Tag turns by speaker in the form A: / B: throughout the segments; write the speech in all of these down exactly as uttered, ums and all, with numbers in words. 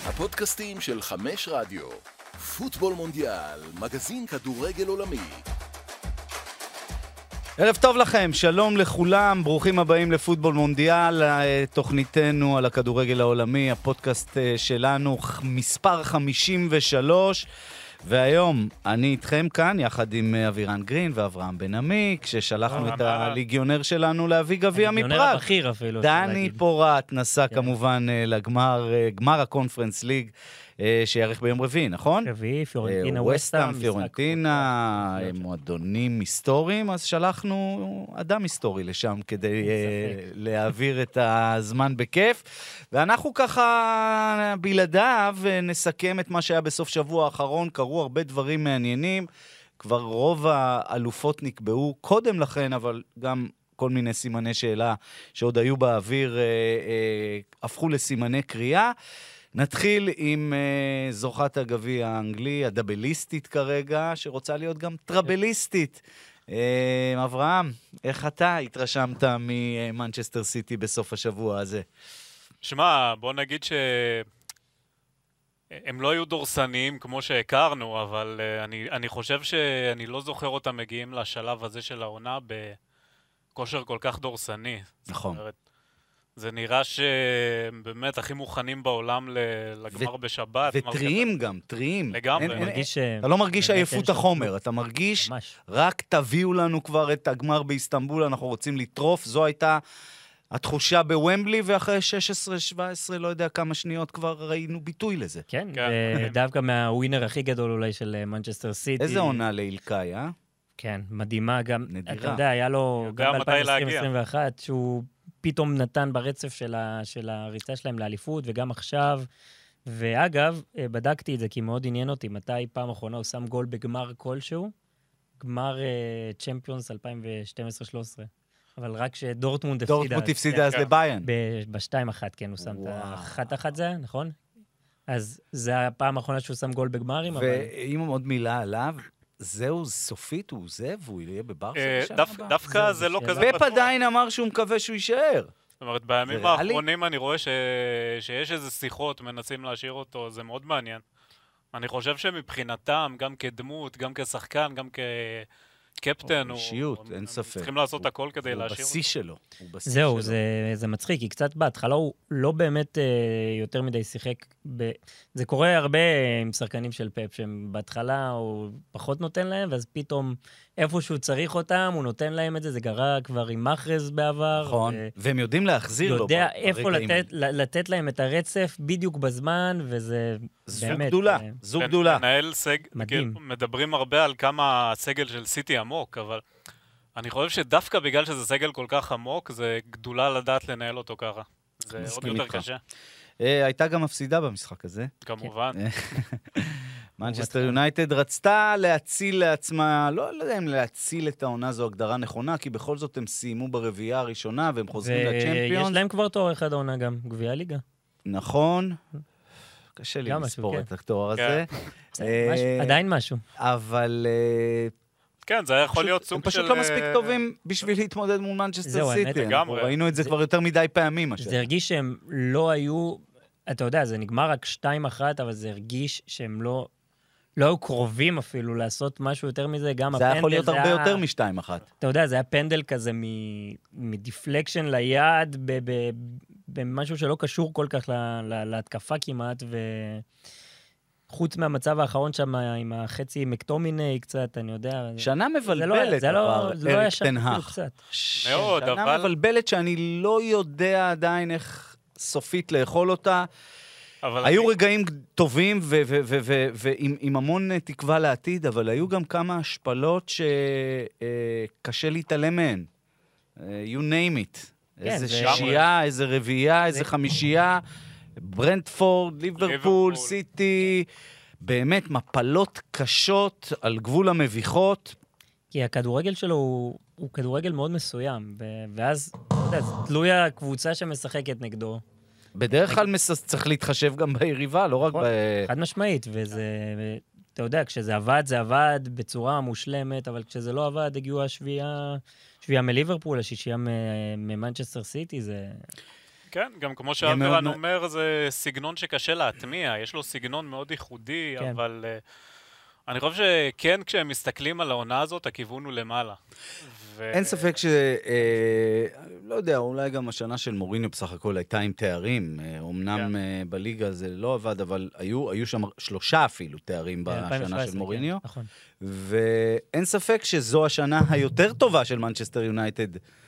A: הפודקאסטים של חמש רדיו. פוטבול מונדיאל, מגזין כדורגל עולמי.
B: ערב טוב לכם, שלום לכולם, ברוכים הבאים לפוטבול מונדיאל, תוכניתנו על הכדורגל העולמי, הפודקאסט שלנו מספר חמישים ושלוש, והיום אני איתכם כאן יחד עם אבירן גרין ואברהם בן עמי, כששלחנו את הליגיונר שלנו להביא גביע מפראג.
C: הליגיונר הבכיר אפילו.
B: דני פורט נסע כמובן לגמר, גמר הקונפרנס ליג, שיערך ביום רביעי, נכון?
C: רביעי, פיורנטינה,
B: ווסטהאם, פיורנטינה, מועדונים היסטוריים, אז שלחנו אדם היסטורי לשם כדי להעביר את הזמן בכיף, ואנחנו ככה בלעדיו נסכם את מה שהיה בסוף שבוע האחרון, קרו הרבה דברים מעניינים, כבר רוב האלופות נקבעו קודם לכן, אבל גם כל מיני סימני שאלה שעוד היו באוויר הפכו לסימני קריאה. נתחיל עם uh, זוכת הגביע האנגלי, הדאבליסטית כרגע, שרוצה להיות גם טראבליסטית. Uh, אברהם, איך אתה התרשמת ממנצ'סטר סיטי בסוף השבוע הזה?
D: שמע, בוא נגיד שהם לא היו דורסניים כמו שהכרנו, אבל uh, אני, אני חושב שאני לא זוכר אותם מגיעים לשלב הזה של העונה בכושר כל כך דורסני.
B: נכון.
D: זאת אומרת, זה נראה שבאמת הכי מוכנים בעולם לגמר בשבת.
B: וטריים גם, טריים.
D: לגמרי.
B: אתה לא מרגיש עייפות החומר, אתה מרגיש רק תביאו לנו כבר את הגמר באיסטנבול, אנחנו רוצים לטרוף, זו הייתה התחושה בוומבלי, ואחרי שש עשרה שבע עשרה, לא יודע כמה שניות כבר ראינו ביטוי לזה.
C: כן, ודווקא מהווינר הכי גדול אולי של מנצ'סטר סיטי.
B: איזה עונה לאילקאי, אה?
C: כן, מדהימה גם.
B: נדירה.
C: אתה יודע, היה לו גם ב-אלפיים עשרים ואחת, שהוא פתאום נתן ברצף של, ה, של הריצה שלהם לאליפות, וגם עכשיו. ואגב, בדקתי את זה, כי מאוד עניין אותי, מתי פעם אחרונה הוא שם גול בגמר כלשהו, גמר צ'מפיונס אלפיים ושתים עשרה שלוש עשרה. אבל רק שדורטמונד הפסידה.
B: דורטמונד הפסידה אז לביירן.
C: ב-שתיים אחת, כן, הוא שם את האחת אחת זה, נכון? אז זה הפעם האחרונה שהוא שם גול בגמרים.
B: ואם עוד מילה עליו, זהו סופית, הוא עוזב, הוא יהיה בברסה בשנה הבאה.
D: דווקא זה לא כזה
B: פפ עדיין אמר שהוא מקווה שהוא יישאר.
D: זאת אומרת, בימים האחרונים אני רואה שיש איזה שיחות, מנסים להשאיר אותו, זה מאוד מעניין. אני חושב שמבחינתם, גם כדמות, גם כשחקן, גם כקפטן,
B: אישיות, אין ספק.
D: צריכים לעשות הכל כדי להשאיר אותו.
B: הוא בשיא שלו.
C: זהו, זה מצחיק, כי קצת בהתחלה הוא לא באמת יותר מדי שיחק. זה קורה הרבה עם שחקנים של פפ, שהם בהתחלה הוא פחות נותן להם, ואז פתאום איפה שהוא צריך אותם, הוא נותן להם את זה, זה קרה כבר עם מחרז בעבר.
B: נכון, והם יודעים להחזיר לו.
C: יודע איפה לתת להם את הרצף בדיוק בזמן, וזה
B: זו גדולה, זו גדולה.
D: מנהל סגל, מדברים הרבה על כמה הסגל של סיטי עמוק, אבל אני חושב שדווקא בגלל שזה סגל כל כך עמוק, זה גדולה לדעת לנהל אותו ככה. זה עוד יותר קשה.
B: הייתה גם מפסידה במשחק הזה.
D: כמובן.
B: מנצ'סטר יונייטד רצתה להציל לעצמה, לא יודע אם להציל את העונה זו הגדרה נכונה, כי בכל זאת הם סיימו ברביעייה הראשונה, והם חוזרים לצ'מפיונס.
C: ויש להם כבר תואר אחד העונה גם, גביע ליגה.
B: נכון. קשה לי לספור את התואר הזה.
C: עדיין משהו.
B: אבל
D: כן, זה יכול להיות סוג של...
B: הם פשוט לא מספיק טובים בשביל להתמודד מול מנצ'סטר סיטי. ראינו את זה כבר יותר מדי פעמים.
C: זה הרגיש שהם לא היו, אתה יודע, זה נגמר רק שתיים אחת, אבל זה הרגיש שהם לא... לא היו קרובים אפילו לעשות משהו יותר מזה, גם
B: זה
C: הפנדל...
B: זה יכול להיות הרבה יותר משתיים אחת.
C: אתה יודע, זה היה פנדל כזה מדיפלקשן ליד, במשהו שלא קשור כל כך להתקפה כמעט, וחוץ מהמצב האחרון שם, עם החצי מקטומיני קצת, אני יודע...
B: שנה מבלבלת, כבר, אריק תנהך.
D: מאוד, אבל...
B: שנה מבלבלת שאני לא יודע עדיין איך סופית לאכול אותה, היו רגעים טובים ועם המון תקווה לעתיד, אבל היו גם כמה השפלות שקשה להתעלם מהן. You name it. איזה שישייה, איזה רביעייה, איזה חמישייה, ברנטפורד, ליברפול, סיטי, באמת מפלות קשות על גבול המביכות.
C: כי הכדורגל שלו הוא כדורגל מאוד מסוים, ואז תלוי הקבוצה שמשחקת נגדו.
B: בדרך כלל צריך להתחשב גם ביריבה, לא רק ב...
C: חד משמעית, וזה, אתה יודע, כשזה עבד, זה עבד בצורה מושלמת, אבל כשזה לא עבד, הגיעו השביעה, שביעה מליברפול, השישייה ממנצ'סטר סיטי, זה...
D: כן, גם כמו שאברהם אומר, זה סגנון שקשה להטמיע, יש לו סגנון מאוד ייחודי, כן. אבל uh, אני חושב שכן, כשהם מסתכלים על העונה הזאת, הכיוון הוא למעלה. ו...
B: אין ספק ש... אה, לא יודע, אולי גם השנה של מוריניו בסך הכל הייתה עם תארים, אה, אמנם כן. אה, בליגה זה לא עבד, אבל היו, היו שם שלושה אפילו תארים בשנה של מוריניו. כן, נכון. ואין ספק שזו השנה היותר טובה של מנצ'סטר יונייטד,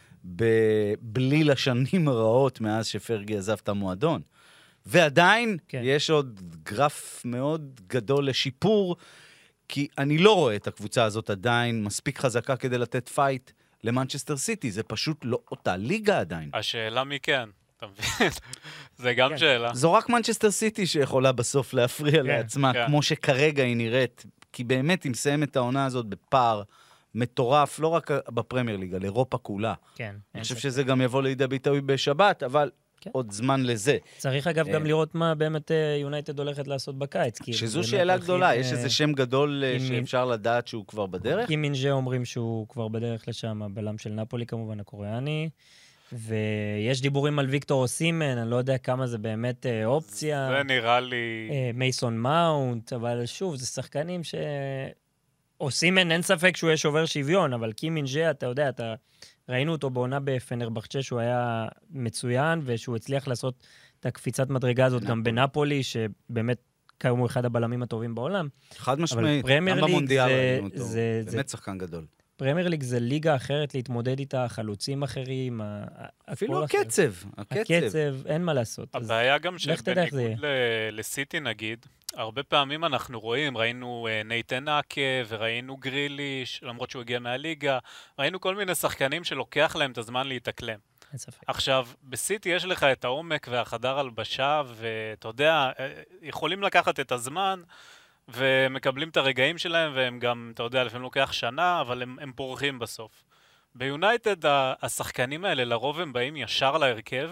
B: בלי לשנים הרעות מאז שפרגי עזב את המועדון. ועדיין כן. יש עוד גרף מאוד גדול לשיפור, כי אני לא רואה את הקבוצה הזאת עדיין מספיק חזקה כדי לתת פייט למנצ'סטר סיטי. זה פשוט לא אותה ליגה עדיין.
D: השאלה מי כן, אתה מבין? זה גם כן. שאלה.
B: זו רק מנצ'סטר סיטי שיכולה בסוף להפריע כן, לעצמה, כן. כמו שכרגע היא נראית, כי באמת היא מסיים את העונה הזאת בפער מטורף, לא רק בפרמייר ליגה, לאירופה כולה. כן. אני חושב שזה גם יבוא לידי ביטוי בשבת, אבל כן. עוד זמן לזה.
C: צריך אגב גם לראות מה באמת יונייטד הולכת לעשות בקיץ.
B: שזו שאלה גדולה, יש איזה שם גדול שאפשר לדעת שהוא כבר בדרך?
C: כי מינג'ה אומרים שהוא כבר בדרך לשם, הבלם של נפולי כמובן, הקוריאני, ויש דיבורים על ויקטור אוסימן, אני לא יודע כמה זה באמת אופציה.
D: זה נראה לי...
C: מייסון מאונט, אבל שוב, זה שחקנים ש... אוסימן, אין ספק שהוא יש עובר שוויון, אבל קי מינג'ה, אתה יודע, אתה... ראינו אותו בעונה בפנרבחצ'ה, שהוא היה מצוין, ושהוא הצליח לעשות את הקפיצת מדרגה הזאת גם בנפולי, שבאמת כיום הוא אחד הבלמים הטובים בעולם.
B: חד משמעית, גם במונדיאל ראינו אותו, באמת שחקן גדול.
C: פרמייר ליג זה ליגה אחרת להתמודד איתה, חלוצים אחרים,
B: אפילו הקצב,
C: הקצב, אין מה לעשות.
D: הבעיה גם שבניגוד לסיטי נגיד, הרבה פעמים אנחנו רואים, ראינו נייתן אקה וראינו גריליש, למרות שהוא הגיע מהליגה, ראינו כל מיני שחקנים שלוקח להם את הזמן להתאקלם.
C: אין ספק.
D: עכשיו, בסיטי יש לך את העומק והחדר הלבשה, ואתה יודע, יכולים לקחת את הזמן, ומקבלים את הרגעים שלהם, והם גם, אתה יודע, לפעמים לוקח שנה, אבל הם, הם פורחים בסוף. ביונייטד, השחקנים האלה לרוב הם באים ישר להרכב,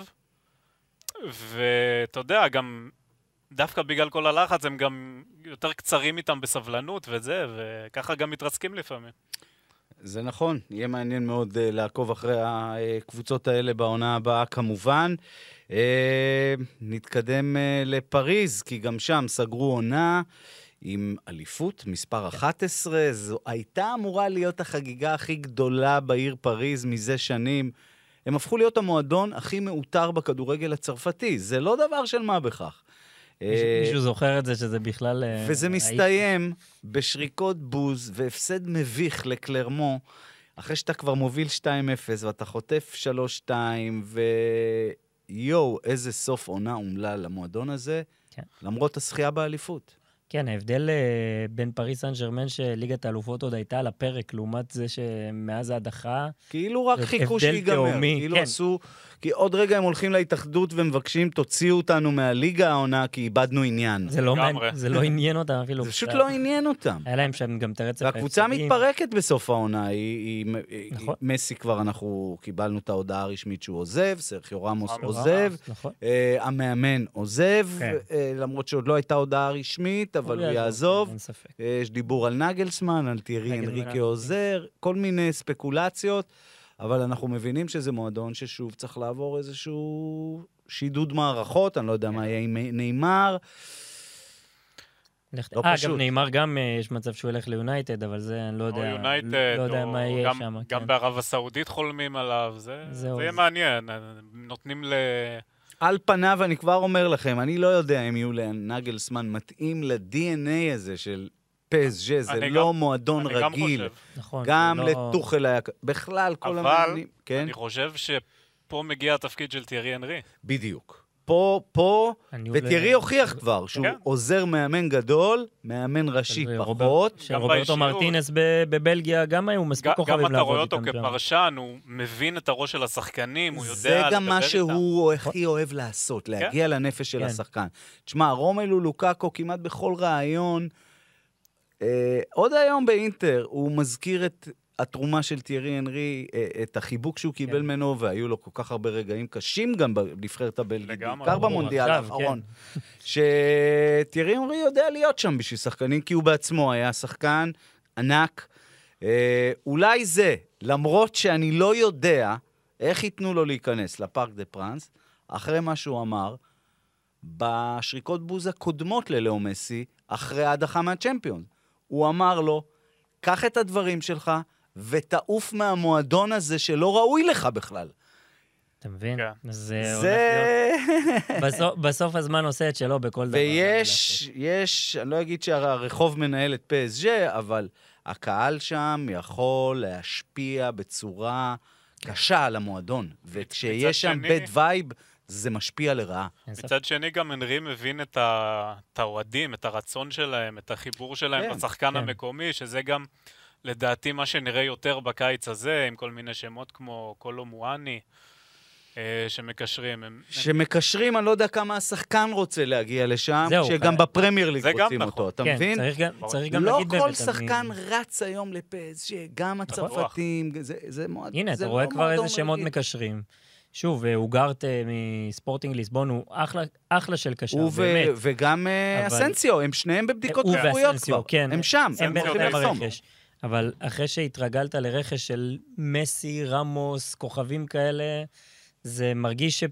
D: ואתה יודע, גם דווקא בגלל כל הלחץ, הם גם יותר קצרים איתם בסבלנות וזה, וככה גם מתרסקים לפעמים.
B: זה נכון, יהיה מעניין מאוד uh, לעקוב אחרי הקבוצות האלה בעונה הבאה כמובן. Uh, נתקדם uh, לפריז, כי גם שם סגרו עונה עם אליפות, מספר אחת עשרה, זו הייתה אמורה להיות החגיגה הכי גדולה בעיר פריז מזה שנים. הם הפכו להיות המועדון הכי מאותר בכדורגל הצרפתי, זה לא דבר של מה בכך.
C: מישהו זוכר את זה שזה בכלל...
B: וזה מסתיים בשריקות בוז והפסד מביך לקלרמו, אחרי שאתה כבר מוביל שתיים אפס ואתה חוטף שלוש שתיים, ויואו, איזה סוף עונה אומלל למועדון הזה, כן. למרות הזכייה באליפות.
C: כן, ההבדל בין פריס סן ז'רמן שליגת האלופות עוד הייתה על הפרק, לעומת זה שמאז ההדחה...
B: כאילו רק חיכו שיגמר, כאילו כן. עשו... כי עוד רגע הם הולכים להתאחדות ומבקשים, תוציאו אותנו מהליגה העונה, כי איבדנו עניין.
C: זה לא, זה לא עניין אותם אפילו.
B: זה פשוט לא עניין אותם.
C: היה להם שם גם תרצף...
B: והקבוצה מתפרקת בסוף העונה. היא, היא, נכון. מסי כבר אנחנו קיבלנו את ההודעה הרשמית שהוא עוזב, סרחיו רמוס עוזב, נכון. uh, המאמן עוזב, כן. uh, למרות שעוד לא הייתה הודעה רשמית, אבל הוא יעזוב. יש דיבור על נגלסמן, על תיארי אנריקה עוזר, כל מיני ספקולציות. אבל אנחנו מבינים שזה מועדון ששוב צריך לעבור איזשהו שידוד מערכות, אני לא יודע מה יהיה עם ניימר.
C: לא פשוט. אגב, ניימר גם יש מצב שהוא ילך ליונייטד, אבל זה אני לא יודע, לא יודע מה יהיה שם.
D: גם בערב הסעודית חולמים עליו, זה יהיה מעניין. נותנים ל...
B: על פניו, אני כבר אומר לכם, אני לא יודע אם יהיו לנגלסמן מתאים ל-די אן איי הזה של... פסג'ה, זה לא מועדון רגיל. גם לטוחל היה... בכלל, כל המעניינים...
D: אבל אני חושב שפה מגיע התפקיד של תיארי אנרי.
B: בדיוק. פה, פה, ותיארי הוכיח כבר שהוא עוזר מאמן גדול, מאמן ראשי פחות.
C: שרוברטו מרטינס בבלגיה גם היו מספיק כוכבים לעבוד איתם.
D: גם אתה רואה אותו כפרשן, הוא מבין את הראש של השחקנים, הוא יודע...
B: זה גם מה שהוא הכי אוהב לעשות, להגיע לנפש של השחקן. תשמע, רומלו לוקאקו כמעט בכל רעיון... Uh, עוד היום באינטר הוא מזכיר את התרומה של תיארי אנרי, uh, את החיבוק שהוא קיבל כן. ממנו, והיו לו כל כך הרבה רגעים קשים גם בנבחרת הבלגית, בעיקר במונדיאל האחרון, כן. שתיארי אנרי יודע להיות שם בשביל שחקנים, כי הוא בעצמו היה שחקן ענק. Uh, אולי זה, למרות שאני לא יודע איך ייתנו לו להיכנס לפארק דה פרנס, אחרי מה שהוא אמר, בשריקות בוז הקודמות ללאו מסי, אחרי ההדחה מהצ'מפיון. הוא אמר לו, קח את הדברים שלך, ותעוף מהמועדון הזה שלא ראוי לך בכלל.
C: אתה מבין?
B: זה...
C: בסוף, בסוף הזמן עושה את שלו בכל דבר.
B: ויש, יש, אני לא אגיד שהרחוב מנהל את פי אס ג'י, אבל הקהל שם יכול להשפיע בצורה קשה על המועדון. וכשיש שם בד וייב, זה משפיע לרעה.
D: מצד שני, גם אנרי מבין את האוהדים, את הרצון שלהם, את החיבור שלהם לשחקן המקומי, שזה גם, לדעתי, מה שנראה יותר בקיץ הזה, עם כל מיני שמות כמו קולו מואני, שמקשרים.
B: שמקשרים, אני לא יודע כמה השחקן רוצה להגיע לשם, שגם בפרמייר ליג רוצים אותו, אתה מבין? לא כל שחקן רץ היום לפי אס ג'י, גם הצרפתים, זה מאוד...
C: הנה, אתה רואה כבר איזה שמות מקשרים. שוב, אוגרט מספורטינג ליסבון הוא אחלה של קשר, באמת.
B: וגם אסנסיו, הם שניהם בבדיקות רפואיות כבר. הם שם,
C: הם בינתיים הרכש. אבל אחרי שהתרגלת לרכש של מסי, רמוס, כוכבים כאלה, זה מרגיש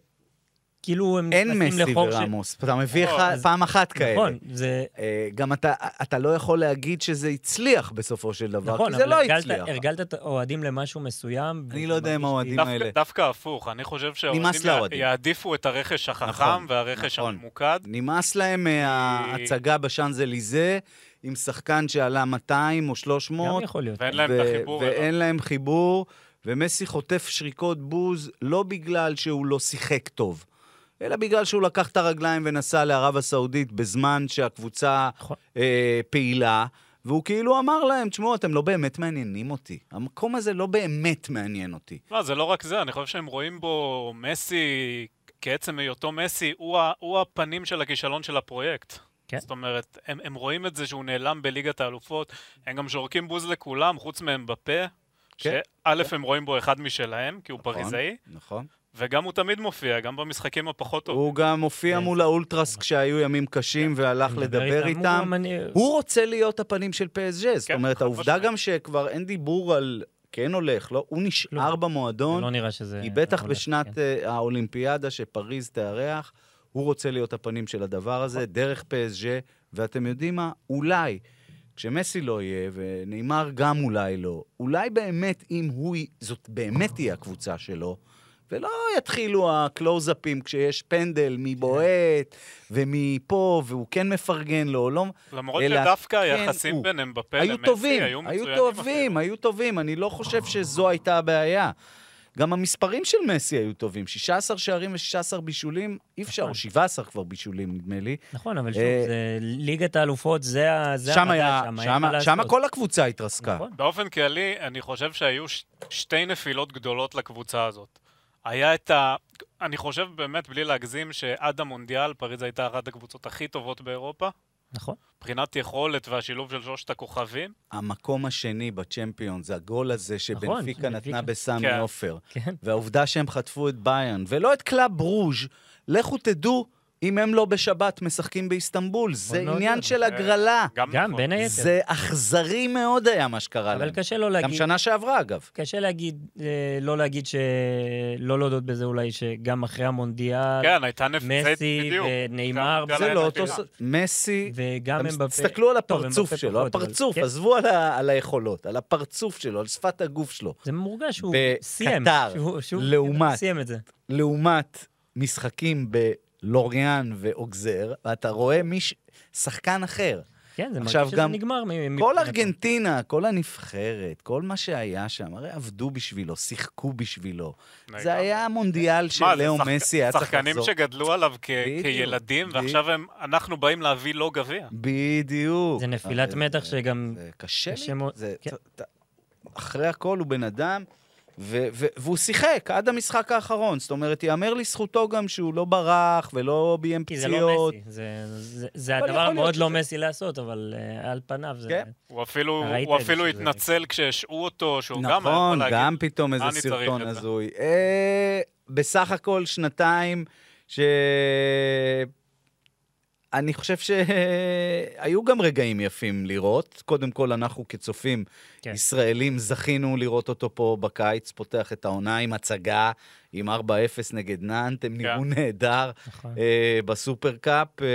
C: שכאילו הם...
B: אין מסי ורמוס, אתה מביא פעם אחת כאלה. נכון, זה... גם אתה לא יכול להגיד שזה הצליח בסופו של דבר, כי זה לא הצליח.
C: נכון, אבל הרגלת את האוהדים למשהו מסוים.
B: אני לא יודע אם האוהדים האלה.
D: דווקא הפוך, אני חושב שהאוהדים יעדיפו את הרכש החכם והרכש הממוקד.
B: נמאס להם מההצגה בשאנזליזה, עם שחקן שעלה מאתיים או שלוש מאות.
C: גם יכול להיות.
D: ואין להם את החיבור.
B: ואין להם חיבור. ומסי חוטף שריקות בוז לא בגלל שהוא לא שיחק טוב, אלא בגלל שהוא לקח את הרגליים ונסע לערב הסעודית בזמן שהקבוצה אה, פעילה, והוא כאילו אמר להם, תשמעו, אתם לא באמת מעניינים אותי. המקום הזה לא באמת מעניין אותי.
D: לא, זה לא רק זה, אני חושב שהם רואים בו מסי, כעצם היותו מסי, הוא, הוא הפנים של הכישלון של הפרויקט. כן. זאת אומרת, הם, הם רואים את זה שהוא נעלם בליגת האלופות, הם גם שורקים בוז לכולם, חוץ מהם בפה, שא' הם רואים בו אחד משלהם, כי הוא פריזאי,
B: נכון.
D: וגם הוא תמיד מופיע, גם במשחקים הפחות טובים.
B: הוא גם מופיע מול האולטרס כשהיו ימים קשים והלך לדבר איתם. הוא רוצה להיות הפנים של פי אס ג'י, זאת אומרת, העובדה גם שכבר אין דיבור על כן הולך, הוא נשאר במועדון, היא בטח בשנת האולימפיאדה שפריז תארח, הוא רוצה להיות הפנים של הדבר הזה, דרך פי אס ג'י, ואתם יודעים מה? אולי... כשמסי לא יהיה, ונאמר גם אולי לא, אולי באמת אם הוא, זאת באמת תהיה הקבוצה שלו, ולא יתחילו הקלוזאפים כשיש פנדל מבועט, ומפה, והוא כן מפרגן לו, לא...
D: למרות שדווקא היחסים ביניהם בפה למסי היו מצוינים.
B: היו טובים, היו טובים, אני לא חושב שזו הייתה הבעיה. גם המספרים של מסי היו טובים, שישה עשר שערים ו-שישה עשר בישולים, אי אפשר, או שבעה עשר כבר בישולים, נדמה לי.
C: נכון, אבל שוב, ליגת האלופות, זה המדע
B: שם, שם כל הקבוצה התרסקה.
D: באופן כללי, אני חושב שהיו שתי נפילות גדולות לקבוצה הזאת. היה את ה... אני חושב באמת, בלי להגזים, שעד המונדיאל, פריז הייתה אחת הקבוצות הכי טובות באירופה.
C: נכון.
D: מבחינת יכולת והשילוב של שלושת הכוכבים.
B: המקום השני בצ'מפיון, זה הגול הזה שבנפיקה נתנה בסמי עופר.
C: כן.
B: והעובדה שהם חטפו את ביירן, ולא את קלאב ברוז', לכו תדעו אם הם לא בשבת משחקים באיסטנבול. זה עניין של הגרלה.
C: גם בין היתר.
B: זה אכזרי מאוד היה מה שקרה להם.
C: אבל קשה לא להגיד...
B: גם שנה שעברה אגב.
C: קשה להגיד, לא להגיד שלא להודות בזה אולי שגם אחרי המונדיאל,
D: כן, הייתה נפצית בדיוק.
C: מסי וניימר.
B: זה לא אותו... מסי...
C: וגם הם בפה...
B: תסתכלו על הפרצוף שלו, הפרצוף, עזבו על היכולות, על הפרצוף שלו, על שפת הגוף שלו.
C: זה מורגש שהוא סיים.
B: בקטר, לעומת...
C: סיים את זה.
B: לעומת משחקים ב... לוריאן ואוגזר, ואתה רואה מיש... שחקן אחר.
C: כן, זה מרגיש שזה נגמר.
B: כל ארגנטינה, כל הנבחרת, כל מה שהיה שם, הרי עבדו בשבילו, שיחקו בשבילו. זה היה מונדיאל של לאו מסי, היה צריך לחזור.
D: שחקנים שגדלו עליו כילדים, ועכשיו אנחנו באים להביא לו גביע.
B: בדיוק.
C: זה נפילת מתח שגם...
B: זה קשה לי. אחרי הכל הוא בן אדם, ו- ו- והוא שיחק עד המשחק האחרון, זאת אומרת, יאמר לזכותו גם שהוא לא ברח ולא ביים פציעות.
C: כי זה לא מסי, זה, זה, זה הדבר מאוד לא מסי לעשות, אבל uh, על פניו זה...
B: כן.
D: הוא אפילו, הוא אפילו התנצל כשהשעו אותו, שהוא
B: נכון,
D: גם יכול להגיד...
B: נכון, גם פתאום איזה סרטון הזוי. אה, בסך הכל שנתיים ש... אני חושב שהיו גם רגעים יפים לראות. קודם כל, אנחנו כצופים כן. ישראלים זכינו לראות אותו פה בקיץ, פותח את העונה עם הצגה, עם ארבע אפס נגד נאנט, הם נראו כן. נהדר נכון. אה, בסופרקאפ, אה,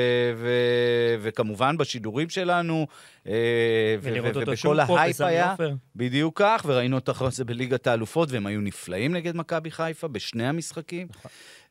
B: ו- וכמובן בשידורים שלנו, אה, ו- ו- ובכל ההייפ היה, בדיוק כך, וראינו את אחרי זה בליגת האלופות, והם היו נפלאים נגד מכבי חיפה בשני המשחקים. נכון.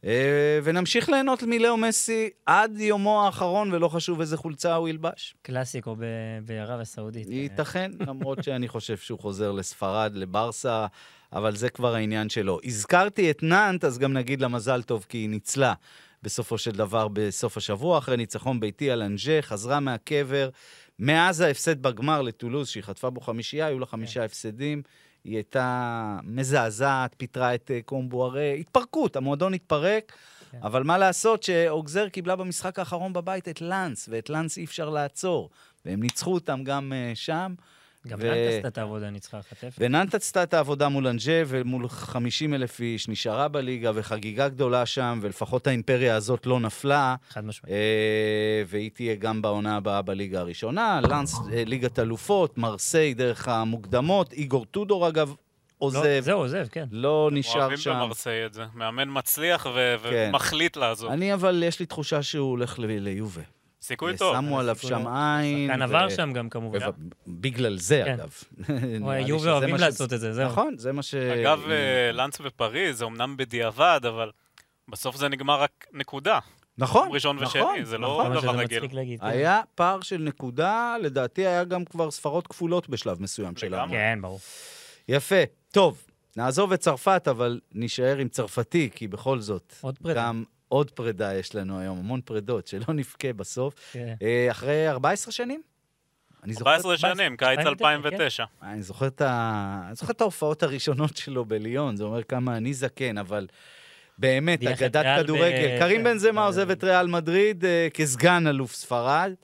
B: ונמשיך ליהנות מלאו מסי עד יומו האחרון, ולא חשוב איזה חולצה הוא ילבש.
C: קלאסיקו בערב הסעודית.
B: ייתכן, למרות שאני חושב שהוא חוזר לספרד, לברסה, אבל זה כבר העניין שלו. הזכרתי את נאנט, אז גם נגיד לה מזל טוב, כי היא ניצלה בסופו של דבר בסוף השבוע, אחרי ניצחון ביתי על אנג'ה, חזרה מהקבר, מאז ההפסד בגמר לטולוז, שהיא חטפה בו חמישייה, היו לה חמישה הפסדים, היא הייתה מזעזעת, פיתרה את קומבוארה, התפרקות, המועדון התפרק, כן. אבל מה לעשות שאוגזר קיבלה במשחק האחרון בבית את לנס, ואת לנס אי אפשר לעצור, והם ניצחו אותם גם uh, שם.
C: גם ו... ננט עשתה את העבודה, ניצחה חטף.
B: וננט עשתה את העבודה מול אנג'ה, ומול חמישים אלף איש נשארה בליגה, וחגיגה גדולה שם, ולפחות האימפריה הזאת לא נפלה.
C: חד משמעית.
B: אה, והיא תהיה גם בעונה הבאה בליגה הראשונה. לנס, אה, ליגת אלופות, מרסיי דרך המוקדמות, איגור טודור אגב, עוזב.
C: לא, זהו, עוזב, כן.
B: לא נשאר
D: אוהבים
B: שם.
D: אוהבים במרסיי את זה. מאמן מצליח ו- כן. ומחליט לעזוב.
B: אני אבל, יש לי תחושה שהוא הולך ל- ליובה.
D: סיכוי טוב.
B: שמו עליו שם עין.
C: כאן עבר שם גם כמובן.
B: בגלל זה, אגב.
C: יובה אוהבים לעשות את זה, זהו.
B: נכון, זה מה ש...
D: אגב, לנס ופריז, זה אומנם בדיעבד, אבל בסוף זה נגמר רק נקודה.
B: נכון,
D: ראשון ושני, זה לא דבר רגיל.
B: היה פער של נקודה, לדעתי היה גם כבר ספרות כפולות בשלב מסוים שלנו.
C: כן, ברור.
B: יפה. טוב, נעזוב את צרפת, אבל נשאר עם צרפתי, כי בכל זאת...
C: עוד פרידה.
B: עוד פרידה יש לנו היום, המון פרידות, שלא נפקה בסוף.
C: כן.
B: אחרי ארבע עשרה שנים?
D: ארבע עשרה שנים, קיץ אלפיים ותשע.
B: אני זוכר את ההופעות הראשונות שלו בליון, זה אומר כמה אני זקן, אבל באמת, אגדת כדורגל. קרים בנזמה עוזב את ריאל מדריד כסגן אלוף ספרד.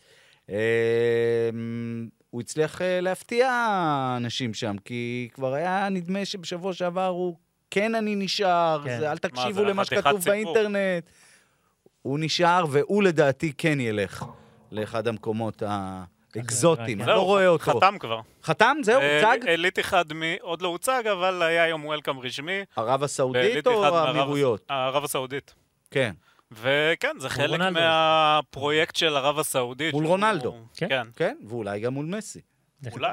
B: הוא הצליח להפתיע אנשים שם, כי כבר היה נדמה שבשבוע שעבר הוא כן אני נשאר, כן. זה, אל תקשיבו מה, למה שכתוב באינטרנט. הוא נשאר, והוא לדעתי כן ילך לאחד המקומות האקזוטיים. לא רואה אותו.
D: חתם כבר.
B: חתם? זהו, הוצג?
D: אליט אחד מ... עוד לא הוצג, אבל היה יום וולקאם רשמי.
B: ערב הסעודית או האמירויות?
D: ערב הסעודית.
B: כן.
D: וכן, זה חלק מהפרויקט של ערב הסעודית.
B: מול רונלדו.
D: כן.
B: כן, ואולי גם מול מסי.
D: אולי.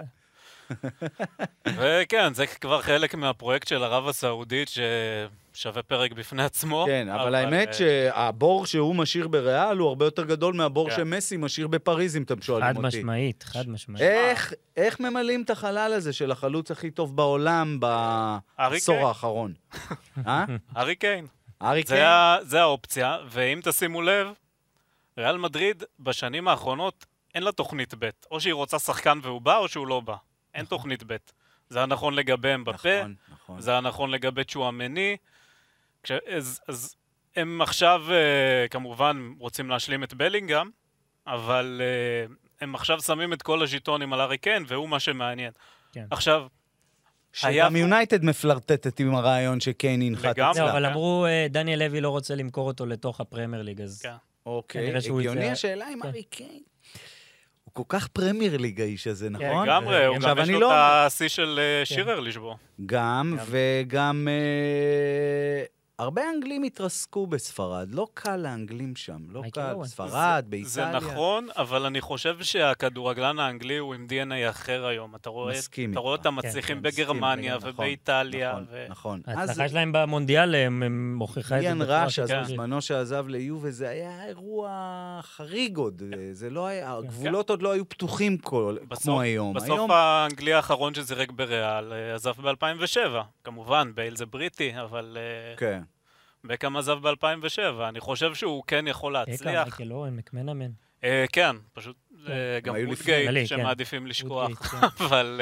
D: וכן, זה כבר חלק מהפרויקט של ערב הסעודית ששווה פרק בפני עצמו.
B: כן, אבל האמת שהבור שהוא משאיר בריאל הוא הרבה יותר גדול מהבור שמסי משאיר בפריז, אם אתם שואלים אותי.
C: חד משמעית, חד משמעית.
B: איך ממלאים את החלל הזה של החלוץ הכי טוב בעולם בעשור האחרון?
D: ארי קיין.
B: ארי קיין?
D: זה האופציה, ואם תשימו לב, ריאל מדריד בשנים האחרונות אין לה תוכנית ב', או שהיא רוצה שחקן והוא בא, או שהוא לא בא. אין תוכנית ב'. זה היה נכון לגבי אמבפה, נכון, נכון. זה היה נכון לגבי צ'ואמני, כש... אז, אז הם עכשיו uh, כמובן רוצים להשלים את בלינגהם, אבל uh, הם עכשיו שמים את כל הז'יטונים על ארי קיין, והוא מה שמעניין. כן. עכשיו,
B: שגם יונייטד מפלרטטת עם הרעיון שקיין ינחת אצלה.
C: אבל אמרו, דניאל לוי לא רוצה למכור אותו לתוך הפרמייר ליג, אז...
B: כן. אוקיי, הגיוני השאלה עם ארי קיין. הוא כל כך פרמייר ליג האיש הזה, נכון?
D: לגמרי, הוא גם יש לו את השיא של שירר לשבור.
B: גם, וגם הרבה אנגלים התרסקו בספרד, לא קל לאנגלים שם, לא קל, ספרד, באיטליה.
D: זה נכון, אבל אני חושב שהכדורגלן האנגלי הוא עם די אן איי אחר היום. אתה רואה אותם מצליחים בגרמניה ובאיטליה.
B: נכון.
C: ההצלחה שלהם במונדיאל הם מוכיחה את זה.
B: איאן ראש, אז בזמנו שעזב ליובה, זה היה אירוע חריג עוד, זה לא היה, הגבולות עוד לא היו פתוחים כמו היום.
D: בסוף האנגלי האחרון שזירק בריאל עזב ב-אלפיים ושבע. כמובן, בייל זה בריטי, אבל...
B: כן.
D: בקאם עזב ב-אלפיים ושבע, אני חושב שהוא כן יכול להצליח.
C: מייקל אורן, מקמנמן.
D: כן, פשוט גם וודגייט שמעדיפים לשכוח, אבל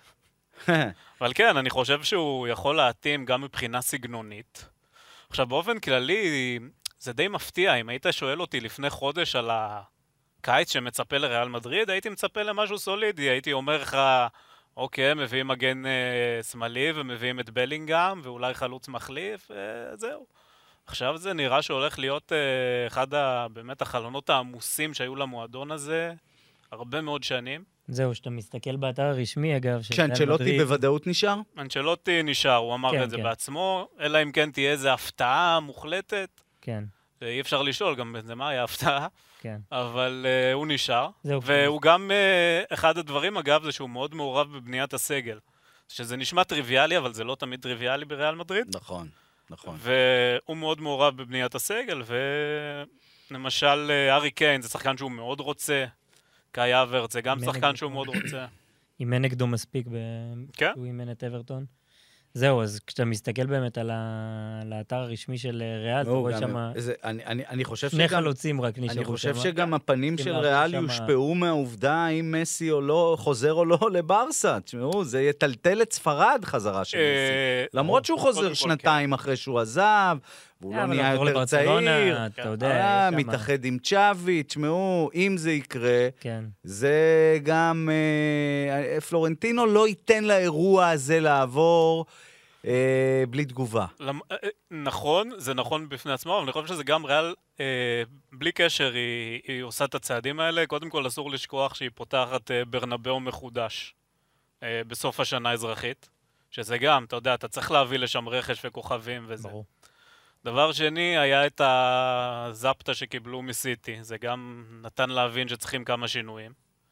D: אבל כן, אני חושב שהוא יכול להתאים גם מבחינה סגנונית. עכשיו, באופן כללי, זה די מפתיע, אם היית שואל אותי לפני חודש על הקיץ שמצפה לריאל מדריד, הייתי מצפה למשהו סולידי, הייתי אומר לך, אוקיי, מביאים מגן שמאלי ומביאים את בלינגהם, ואולי חלוץ מחליף, וזהו. עכשיו זה נראה שהולך להיות uh, אחד ה, באמת החלונות העמוסים שהיו למועדון הזה הרבה מאוד שנים.
C: זהו, שאתה מסתכל באתר הרשמי, אגב,
B: כשאנצ'לוטי בוודאות נשאר?
D: אנצ'לוטי נשאר, הוא אמר כן, את זה כן. בעצמו, אלא אם כן תהיה איזו הפתעה מוחלטת.
C: כן.
D: אי אפשר לשאול גם זה מה היה הפתעה,
C: כן.
D: אבל uh, הוא נשאר.
C: זהו.
D: והוא כן. גם, uh, אחד הדברים אגב, זה שהוא מאוד מעורב בבניית הסגל. שזה נשמע טריוויאלי, אבל זה לא תמיד טריוויאלי בריאל מדריד.
B: נכון, נכון.
D: והוא מאוד מעורב בבניית הסגל, ולמשל ארי קיין, זה שחקן שהוא מאוד רוצה, קאי אברט, זה גם שחקן שהוא מאוד רוצה.
C: אימן נגדו מספיק, שהוא אימן את אברטון. זהו, אז כשאתה מסתכל באמת על האתר הרשמי של ריאל, אתה רואה שם שני חלוצים רק נשארו שם.
B: אני חושב שגם הפנים של ריאל יושפעו מהעובדה אם מסי או לא, חוזר או לא לברסה. תשמעו, זה יטלטל את ספרד חזרה של מסי. למרות שהוא חוזר שנתיים אחרי שהוא עזב, והוא לא נהיה יותר צעיר, מתאחד עם צ'אבי, תשמעו, אם זה יקרה, זה גם, פלורנטינו לא ייתן לאירוע הזה לעבור בלי תגובה.
D: נכון, זה נכון בפני עצמו, אבל אני חושב שזה גם ריאל, בלי קשר, היא עושה את הצעדים האלה. קודם כל, אסור לשכוח שהיא פותחת ברנבאו מחודש בסוף השנה האזרחית, שזה גם, אתה יודע, אתה צריך להביא לשם רכש וכוכבים וזה. ברור. דבר שני, היה את הזפטה שקיבלו מסיטי. זה גם נתן להבין שצריכים כמה שינויים.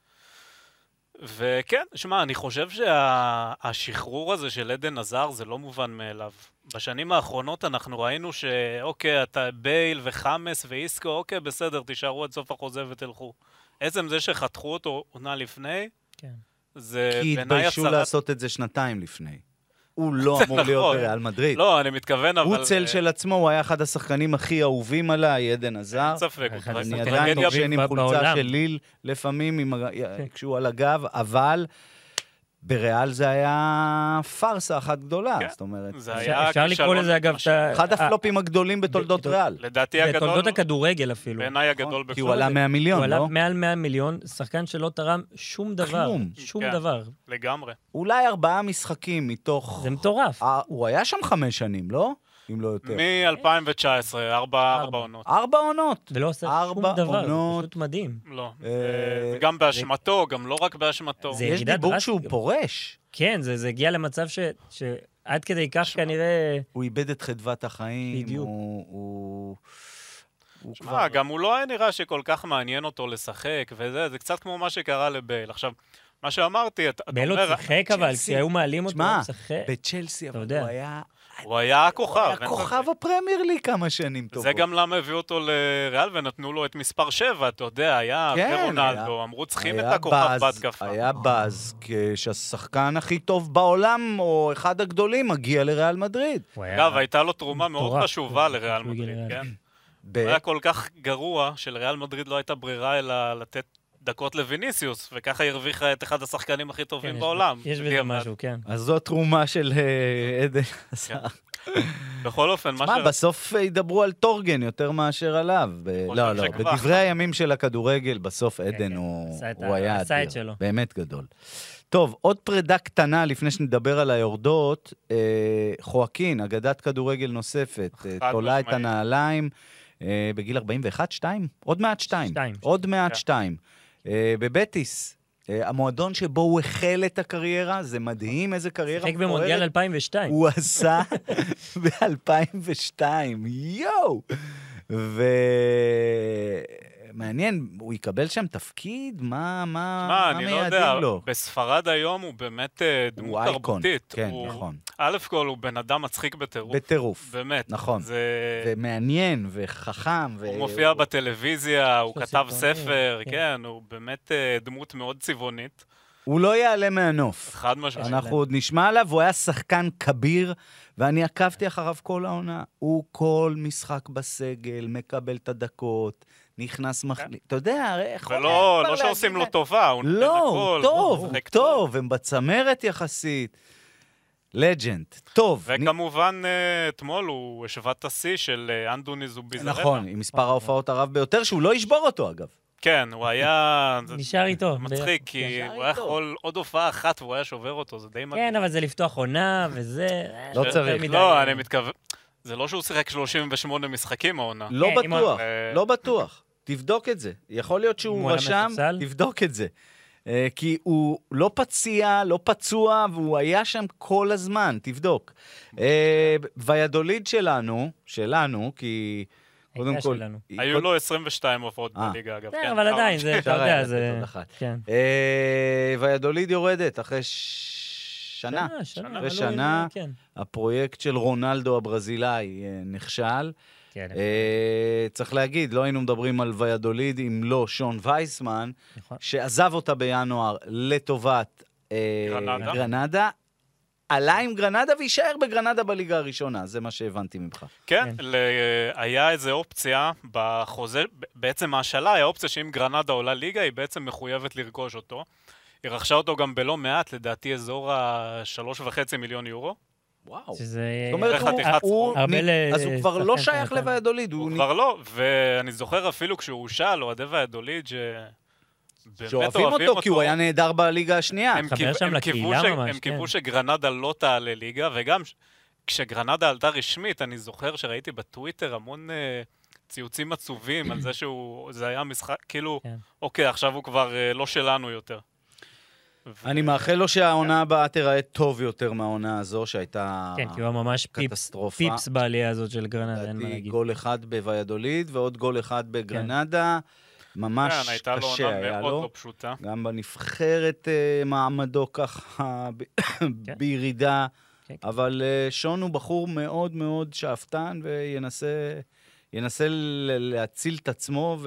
D: וכן, שמע, אני חושב שהשחרור הזה של עדן עזר זה לא מובן מאליו. בשנים האחרונות אנחנו ראינו שאוקיי, אתה בייל וחמאס ואיסקו, אוקיי, בסדר, תישארו עד סוף החוזה ותלכו. עצם זה שחתכו אותו עונה לפני,
C: כן.
D: זה
B: כי התביישו הצרת... לעשות את זה שנתיים לפני. הוא לא אמור להיות בריאל מדריד.
D: לא, אני מתכוון, אבל...
B: הוא צל של עצמו, הוא היה אחד השחקנים הכי אהובים עליי, עדן עזר.
D: אין ספק.
B: אני עדיין נוגן עם חולצה של ליל, לפעמים כשהוא על הגב, אבל בריאל זה היה פרסה אחת גדולה, זאת אומרת.
C: אפשר לקרוא לזה, אגב,
B: אחד הפלופים הגדולים בתולדות ריאל.
D: לדעתי הגדול...
C: בתולדות הכדורגל אפילו.
D: בעיניי הגדול בכל...
B: כי הוא עלה מאה מיליון, לא?
C: הוא עלה מעל מאה מיליון, שחקן שלא תרם שום דבר.
B: כלום.
C: שום דבר.
D: לגמרי.
B: אולי ארבעה משחקים מתוך...
C: זה מטורף.
B: הוא היה שם חמש שנים, לא? אם לא יותר.
D: מ-אלפיים תשע עשרה, ארבע עונות.
B: ארבע עונות.
C: ולא עושה שום דבר, זה פשוט מדהים.
D: לא. גם באשמתו, גם לא רק באשמתו.
B: יש דיבור שהוא פורש.
C: כן, זה הגיע למצב שעד כדי כך כנראה...
B: הוא איבד את חדוות החיים.
C: בדיוק.
D: שמע, גם הוא לא היה נראה שכל כך מעניין אותו לשחק, וזה, זה קצת כמו מה שקרה לבייל. עכשיו, מה שאמרתי, אתה אומר...
C: בייל עוד שיחק, אבל כשהיו מעלים אותו, הוא משחק.
B: בצ'לסי, אבל הוא היה...
D: הוא היה הכוכב.
B: הוא היה כוכב הפרמייר ליג כמה שנים טובות.
D: זה גם למה הביאו אותו לריאל ונתנו לו את מספר שבע, אתה יודע, היה ורונלדו, אמרו צריכים את הכוכב בהתקפה.
B: היה באז, כשהשחקן הכי טוב בעולם, או אחד הגדולים, מגיע לריאל מדריד.
D: אגב, הייתה לו תרומה מאוד חשובה לריאל מדריד, כן? הוא היה כל כך גרוע, שלריאל מדריד לא הייתה ברירה אלא לתת דקות לויניסיוס, וככה הרוויחה את אחד השחקנים הכי טובים בעולם.
C: יש בזה משהו, כן.
B: אז זו התרומה של עדן.
D: בכל אופן, מה ש...
B: מה, בסוף ידברו על טורגן יותר מאשר עליו. לא, לא, בדברי הימים של הכדורגל, בסוף עדן הוא היה אדיר. באמת גדול. טוב, עוד פרידה קטנה לפני שנדבר על היורדות. חואקין, אגדת כדורגל נוספת, תולה את הנעליים בגיל ארבעים ואחת, שתיים? עוד מעט שתיים. עוד מעט שתיים. בבטיס, המועדון שבו הוא החל את הקריירה, זה מדהים איזה קריירה.
C: שחק במונדיאל אלפיים ושתיים.
B: הוא עשה ב-אלפיים ושתיים, יואו! ומעניין, הוא יקבל שם תפקיד? מה, מה,
D: מה אני לא יודע, בספרד היום הוא באמת דמות תרבותית.
B: כן, נכון.
D: א' כל הוא בן אדם מצחיק בטירוף.
B: בטירוף.
D: באמת.
B: נכון. ומעניין וחכם.
D: הוא מופיע בטלוויזיה, הוא כתב ספר, כן, הוא באמת דמות מאוד צבעונית.
B: הוא לא יעלה מהנוף.
D: חד משמעית.
B: אנחנו עוד נשמע עליו, הוא היה שחקן כביר, ואני עקבתי אחריו כל העונה. הוא כל משחק בסגל, מקבל את הדקות, נכנס מחליט. אתה יודע, איך...
D: ולא, לא שעושים לו טובה, הוא נותן הכל.
B: טוב, טוב, הם בצמרת יחסית. לג'נד, טוב.
D: וכמובן, אתמול הוא השווה את השיא של אנדוני זוביזרלה.
B: נכון, עם מספר ההופעות הרב ביותר, שהוא לא ישבור אותו, אגב.
D: כן, הוא היה...
C: נשאר איתו.
D: מצחיק, כי הוא היה יכול עוד הופעה אחת והוא היה שובר אותו, זה די מדהים.
C: כן, אבל זה לפתוח עונה, וזה...
B: לא צריך.
D: לא, אני מתכוון... זה לא שהוא שיחק שלושים ושמונה משחקים העונה.
B: לא
C: כן,
B: בטוח,
D: אה,
B: לא בטוח. תבדוק את זה. יכול להיות שהוא
C: הוא על
B: רשם,
C: המספסל?
B: תבדוק את זה. אה, כי הוא לא פציע, לא פצוע, והוא היה שם כל הזמן, תבדוק. אה, ויאדוליד שלנו, שלנו, כי קודם
C: הייתה
B: כל...
C: שלנו.
B: היא-
D: היו
B: קוד-
D: לו עשרים ושתיים הופעות
B: אה.
D: בליגה, אגב.
C: כן,
D: כן,
C: אבל
D: כמה-
C: עדיין, זה, אתה
B: אפשר היה
C: יודע,
B: לתת
C: זה...
B: עוד אחת.
C: כן.
B: אה, ויאדוליד יורדת אחרי ש- שנה.
C: שנה, שנה.
B: אחרי
C: עלו
B: שנה,
C: עם- כן.
B: הפרויקט של רונלדו הברזילאי אה, נכשל.
C: כן,
B: אה, צריך להגיד, לא היינו מדברים על ויאדוליד אם לא שון וייסמן,
C: נכון.
B: שעזב אותה בינואר לטובת אה,
D: גרנדה.
B: גרנדה, עלה עם גרנדה ויישאר בגרנדה בליגה הראשונה, זה מה שהבנתי ממך.
D: כן, ל- היה איזו אופציה בחוזה, ב- בעצם ההשאלה היה אופציה שאם גרנדה עולה ליגה, היא בעצם מחויבת לרכוש אותו. היא רכשה אותו גם בלא מעט, לדעתי אזור השלוש וחצי מיליון יורו.
B: וואו.
C: שזה...
B: זאת אומרת,
D: זה
B: הוא-
D: חתיכת
B: הוא-
C: סכום. הרבה
B: נ- אז הוא כבר לא
C: לשחקן
B: שייך
C: שנתן.
B: לויאדוליד,
D: הוא
B: הוא
D: כבר לא, ואני זוכר אפילו כשהוא הושאל, אוהדי ויאדוליד, ש... באמת
B: שאוהבים אותו, כי הוא היה נהדר בליגה השנייה.
D: הם
C: חבר
D: קיו-
C: שם
D: הם
C: לקהילה
D: קיוו ש-
C: ממש,
D: הם
C: כן.
D: קיוו שגרנדה לא תעלה ליגה, וגם ש- כשגרנדה עלתה רשמית, אני זוכר שראיתי בטוויטר המון אה, ציוצים עצובים על זה שהוא, זה היה משחק, כאילו,
C: כן.
D: אוקיי, עכשיו הוא כבר אה, לא שלנו יותר. ו-
B: אני מאחל לו שהעונה הבאה תיראה טוב יותר מהעונה הזו, שהייתה
C: כן, כי הוא היה ממש פיפ-
B: קטסטרופה.
C: פיפס בעלייה הזאת של גרנדה, אין מה
B: לדעתי
C: להגיד.
B: גול אחד בוויאדוליד ועוד גול אחד בגרנדה. ממש
D: כן, הייתה לו
B: קשה
D: עונה
B: היה
D: מאוד
B: לו.
D: לא פשוטה.
B: גם בנבחרת אה, מעמדו ככה ב- בירידה.
C: כן.
B: אבל אה, שון הוא בחור מאוד מאוד שאפתן וינסה ינסה ל- להציל את עצמו,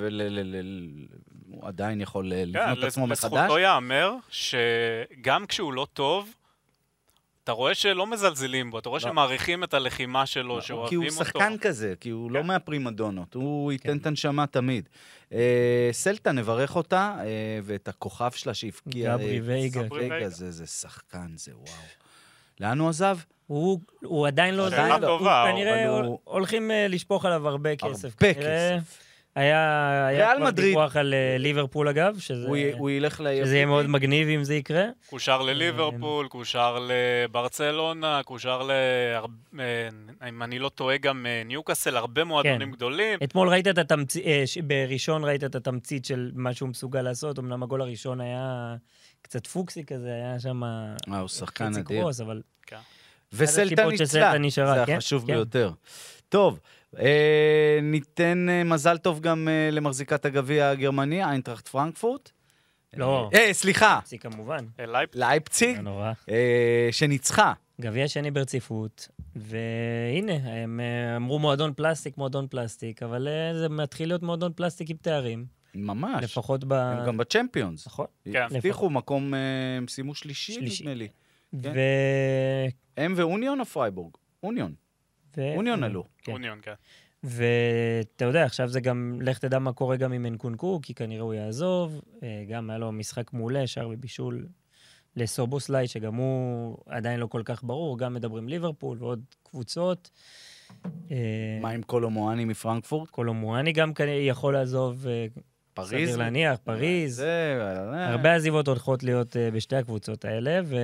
B: והוא עדיין יכול לבנות את עצמו מחדש.
D: לזכותו יאמר שגם כשהוא לא טוב, אתה רואה שלא מזלזלים בו, אתה רואה שמעריכים את הלחימה שלו,
B: כי
D: שאוהבים
B: הוא
D: אותו.
B: שחקן כזה, כי הוא לא
D: כן.
B: מהפרימדונות, הוא ייתן את הנשמה תמיד. אה, סלטה, נברך אותה, אה, ואת הכוכב שלה שהפקיע.
C: גברי
B: אה,
C: וייגה.
B: גברי
D: וייגה.
B: וייגה, זה זה שחקן, זה וואו. לאן הוא עזב?
C: הוא, הוא עדיין לא
B: עדיין
C: עוזב,
B: לא.
C: הוא
D: טובה,
C: כנראה
B: אבל
C: הול-
B: הוא-
C: הולכים אה, לשפוך עליו הרבה כסף.
B: הרבה
C: כנראה.
B: כסף.
C: היה, היה
B: ריאל
C: כבר
B: מדריד.
C: דיווח על אה, ליברפול אגב, שזה,
B: הוא י- הוא ילך ל...
C: שזה יהיה מאוד מגניב אם זה יקרה.
D: קושר לליברפול, קושר לברצלונה, קושר ל... אם אני לא טועה גם אה, ניוקאסל, הרבה מועדונים גדולים.
C: אתמול ראית את התמצית, בראשון ראית את התמצית של מה שהוא מסוגל לעשות, אמנם הגול הראשון היה קצת פוקסי כזה, היה שם
B: אה, הוא שחקן
C: חצי
B: אדיר.
C: קרוס, אבל
B: וסלטה
C: הטיפות
B: ניצלה,
C: שסלטה נשארה,
B: זה
C: כן,
B: החשוב
C: כן.
B: ביותר. טוב, אה, ניתן אה, מזל טוב גם אה, למחזיקת הגביע הגרמני, איינטראכט פרנקפורט.
C: לא.
B: אה, סליחה,
C: זה כמובן,
D: אליי
B: לייפציג,
C: לא נורא.
B: אה, שניצחה.
C: גביע שני ברציפות, והנה, הם אה, אמרו מועדון פלסטיק, מועדון פלסטיק, אבל אה, זה מתחיל להיות מועדון פלסטיק עם תארים,
B: ממש.
C: לפחות ב...
B: הם גם בצ'מפיונס.
C: נכון.
D: כן.
B: הבטיחו מקום, אה, הם סיימו שלישי,
C: שלישי.
B: נדמה לי. כן.
C: ו...
B: הם ואוניון או פרייבורג? אוניון.
C: ו...
B: אוניון עלו.
C: כן.
D: אוניון, כן.
C: ואתה יודע, עכשיו זה גם, לך תדע מה קורה גם עם אנקונקו, כי כנראה הוא יעזוב. אה, גם היה לו משחק מעולה, שער ובישול לסובוסליי, שגם הוא עדיין לא כל כך ברור, גם מדברים ליברפול ועוד קבוצות. אה,
B: מה עם קולומואני מפרנקפורט?
C: קולומואני גם כנראה יכול לעזוב, אה,
B: פריז?
C: סביר להניח, פריז.
B: זה... אה.
C: הרבה עזיבות הולכות להיות אה, בשתי הקבוצות האלה, ו...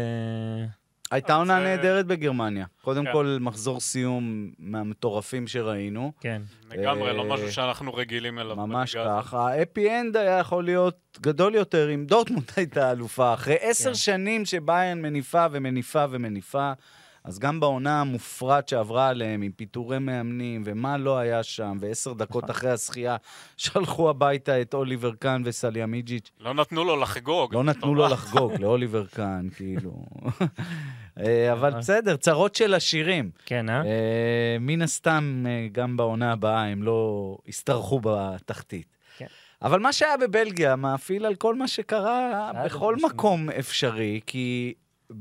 B: הייתה עונה
D: זה-
B: נהדרת בגרמניה. קודם
D: כן.
B: כל, מחזור סיום מהמטורפים שראינו.
C: כן.
D: לגמרי, לא
B: אה,
D: משהו שאנחנו רגילים אליו.
B: ממש
D: בליגה הזאת.
B: כך. האפי אנד היה יכול להיות גדול יותר אם דורטמונד הייתה אלופה. אחרי עשר
C: כן.
B: שנים שביירן מניפה ומניפה ומניפה, אז גם בעונה המופרט שעברה עליהם, עם פיטורי מאמנים, ומה לא היה שם, ועשר דקות אחרי השחייה, שלחו הביתה את אוליבר קאן וסליאמיג'יץ'.
D: לא נתנו לו לחגוג.
B: לא נתנו לו לחגוג, לאוליבר קאן, כאילו. אה, אבל בסדר, צרות של השירים.
C: כן, אה?
B: אה, מן הסתם, אה, גם בעונה הבאה הם לא הסתרחו בתחתית.
C: כן.
B: אבל מה שהיה בבלגיה מאפיל על כל מה שקרה
C: היה
B: בכל
C: במשהו.
B: מקום אפשרי, כי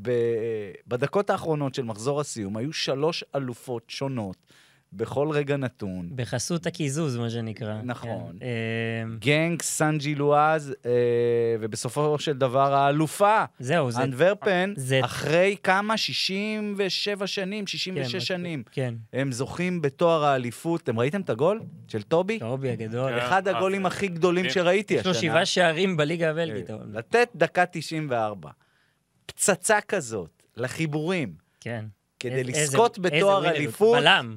B: ב- בדקות האחרונות של מחזור הסיום היו שלוש אלופות שונות בכל רגע נתון.
C: בחסות הקיזוז, מה שנקרא.
B: נכון.
C: כן. אה,
B: גנג, סנג'י לואז, אה, ובסופו של דבר האלופה,
C: זהו, זה...
B: אנטוורפן,
C: זה-
B: אחרי כמה? שישים ושבע שנים, שישים
C: כן,
B: ושש
C: משהו-
B: שנים.
C: כן.
B: הם זוכים בתואר האליפות. אתם ראיתם את הגול של טובי?
C: טובי הגדול.
D: כן.
B: אחד
D: אה,
B: הגולים
D: זה-
B: הכי גדולים
D: כן.
B: שראיתי
C: יש לו
B: השנה.
C: שבעה שערים בליגה הבלגית. אבל-
B: לתת דקה תשעים וארבע. פצצה כזאת, לחיבורים,
C: כן.
B: כדי
C: איזה-
B: לזכות
C: איזה
B: בתואר
C: ווינר,
B: אליפות.
C: בלם.